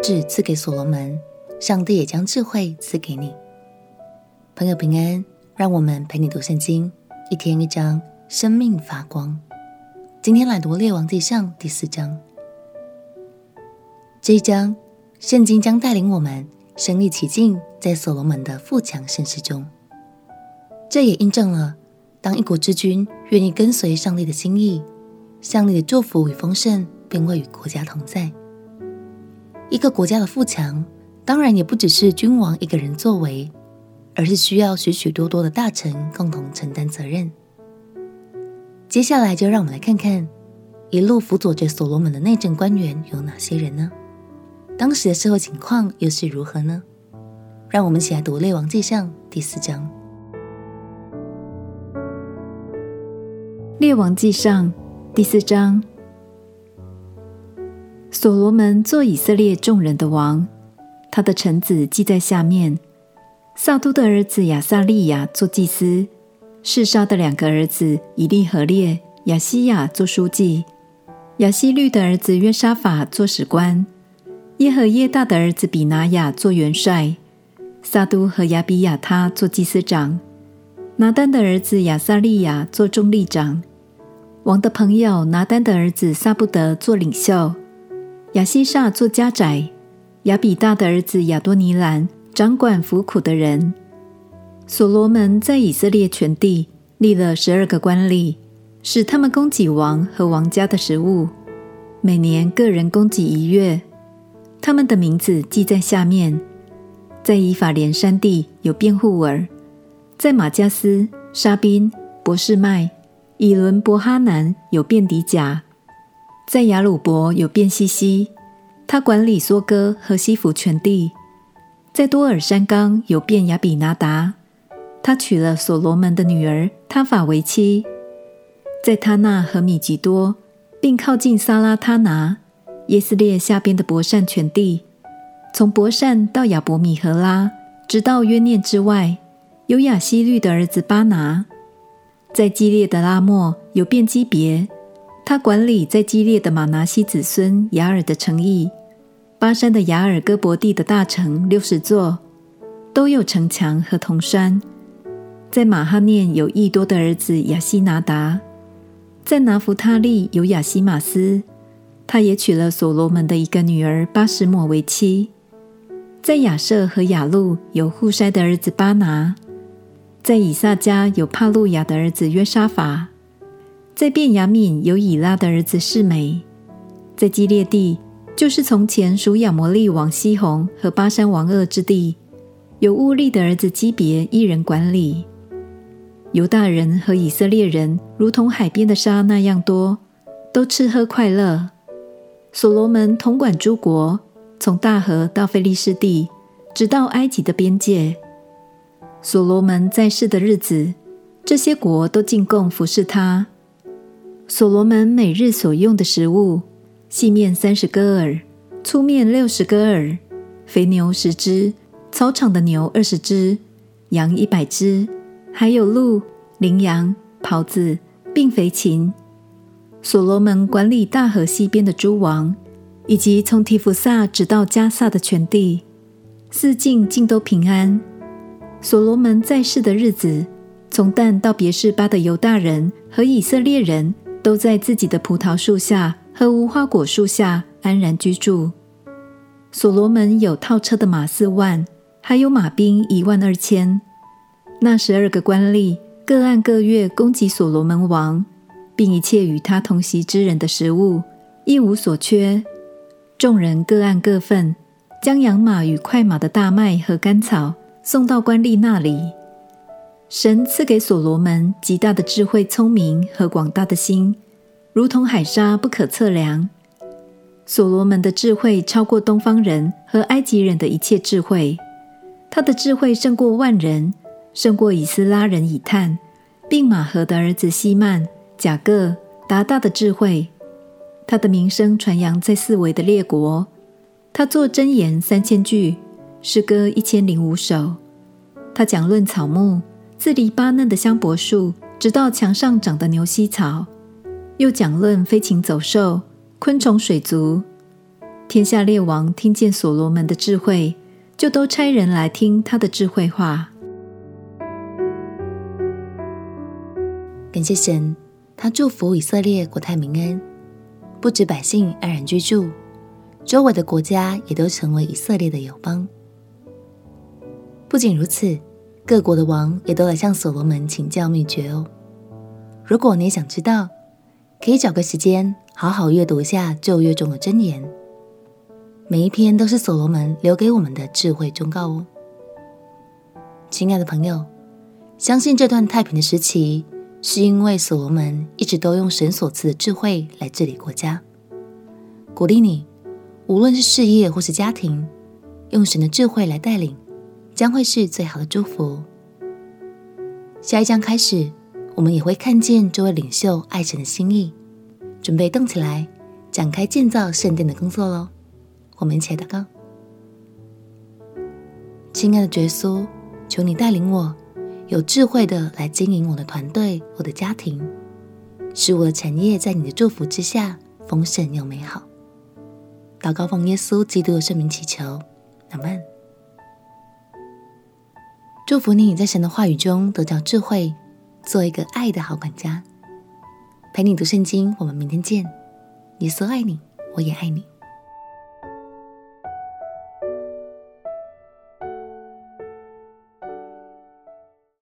只赐给所罗门，上帝也将智慧赐给你。朋友平安，让我们陪你读圣经，一天一章，生命发光。今天来读列王纪上第4章。这一章，圣经将带领我们身临其境在所罗门的富强盛世中。这也印证了，当一国之君愿意跟随上帝的心意，上帝的祝福与丰盛便会与国家同在。一个国家的富强，当然也不只是君王一个人作为，而是需要许许多多的大臣共同承担责任。接下来就让我们来看看，一路辅佐着所罗门的内政官员有哪些人呢？当时的社会情况又是如何呢？让我们一起来读列王纪上第4章。 列王纪上第4章。所罗门做以色列众人的王，他的臣子记在下面：撒督的儿子亚撒利雅做祭司，示沙的2个儿子以利和列、亚西亚做书记，亚希律的儿子约沙法做史官，耶和耶大的儿子比拿雅做元帅，撒督和亚比亚他做祭司长，拿单的儿子亚撒利雅做中立长，王的朋友拿单的儿子撒布德做领袖，亚西煞做家宰，亚比大的儿子亚多尼兰掌管服苦的人。所罗门在以色列全地立了12个官吏，使他们供给王和王家的食物，每年个人供给1月。他们的名字记在下面：在以法莲山地有辩护尔，在马加斯、沙宾、伯示麦、以伦伯哈南有便迪甲，在雅鲁伯有便西西，他管理梭哥和西弗全地。在多尔山冈有便雅比拿达，他娶了所罗门的女儿他法为妻。在他那和米吉多，并靠近撒拉他拿、耶斯列下边的伯善全地，从伯善到亚伯米和拉，直到约念之外，有亚希律的儿子巴拿。在基列的拉末有便基别，他管理在基列的马拿西子孙雅尔的城邑。巴山的雅尔戈伯地的大城60座，都有城墙和铜山。在马哈念有益多的儿子亚西拿达，在拿弗他利有亚西马斯，他也娶了所罗门的一个女儿巴什抹为妻。在亚舍和亚路有户筛的儿子巴拿，在以萨家有帕路亚的儿子约沙法，在便雅悯有以拉的儿子示每，在基列地，就是从前属亚摩利王西宏和巴山王噩之地，有乌利的儿子基别一人管理。犹大人和以色列人如同海边的沙那样多，都吃喝快乐。所罗门统管诸国，从大河到非利士地，直到埃及的边界。所罗门在世的日子，这些国都进贡服侍他。所罗门每日所用的食物，细面30戈尔，粗面60戈尔，肥牛10只，草场的牛20只，羊100只，还有鹿、羚羊、狍子，并肥禽。所罗门管理大河西边的诸王，以及从提弗萨直到加萨的全地，四境尽都平安。所罗门在世的日子，从但到别是巴的犹大人和以色列人都在自己的葡萄树下和无花果树下安然居住。所罗门有套车的马4万，还有马兵12000。那12个官吏各按各月供给所罗门王，并一切与他同席之人的食物，一无所缺。众人各按各份，将养马与快马的大麦和甘草送到官吏那里。神赐给所罗门极大的智慧、聪明和广大的心，如同海沙不可测量。所罗门的智慧超过东方人和埃及人的一切智慧，他的智慧胜过万人，胜过以斯拉人以探，并马和的儿子希曼、甲各、达大的智慧。他的名声传扬在四围的列国。他作箴言3000句，诗歌1005首。他讲论草木，自黎巴嫩的香柏树，直到墙上长的牛膝草，又讲论飞禽走兽、昆虫水族。 天下列王听见所罗门的智慧，就都差人来听他的智慧话。 感谢神，他祝福以色列国泰民安，不止百姓安然居住，周围的国家也都成为以色列的友邦。不仅如此，各国的王也都来向所罗门请教秘诀哦。如果你也想知道，可以找个时间好好阅读一下旧约中的箴言，每一篇都是所罗门留给我们的智慧忠告哦。亲爱的朋友，相信这段太平的时期是因为所罗门一直都用神所赐的智慧来治理国家。鼓励你，无论是事业或是家庭，用神的智慧来带领，将会是最好的祝福。下一章开始，我们也会看见这位领袖爱神的心意，准备动起来，展开建造圣殿的工作咯。我们一起来祷告。亲爱的主耶稣，求你带领我有智慧的来经营我的团队，我的家庭，使我的产业在你的祝福之下丰盛又美好。祷告奉耶稣基督的圣名祈求，阿们。祝福你在神的话语中得着智慧，做一个爱的好管家。陪你读圣经，我们明天见。耶稣爱你，我也爱你。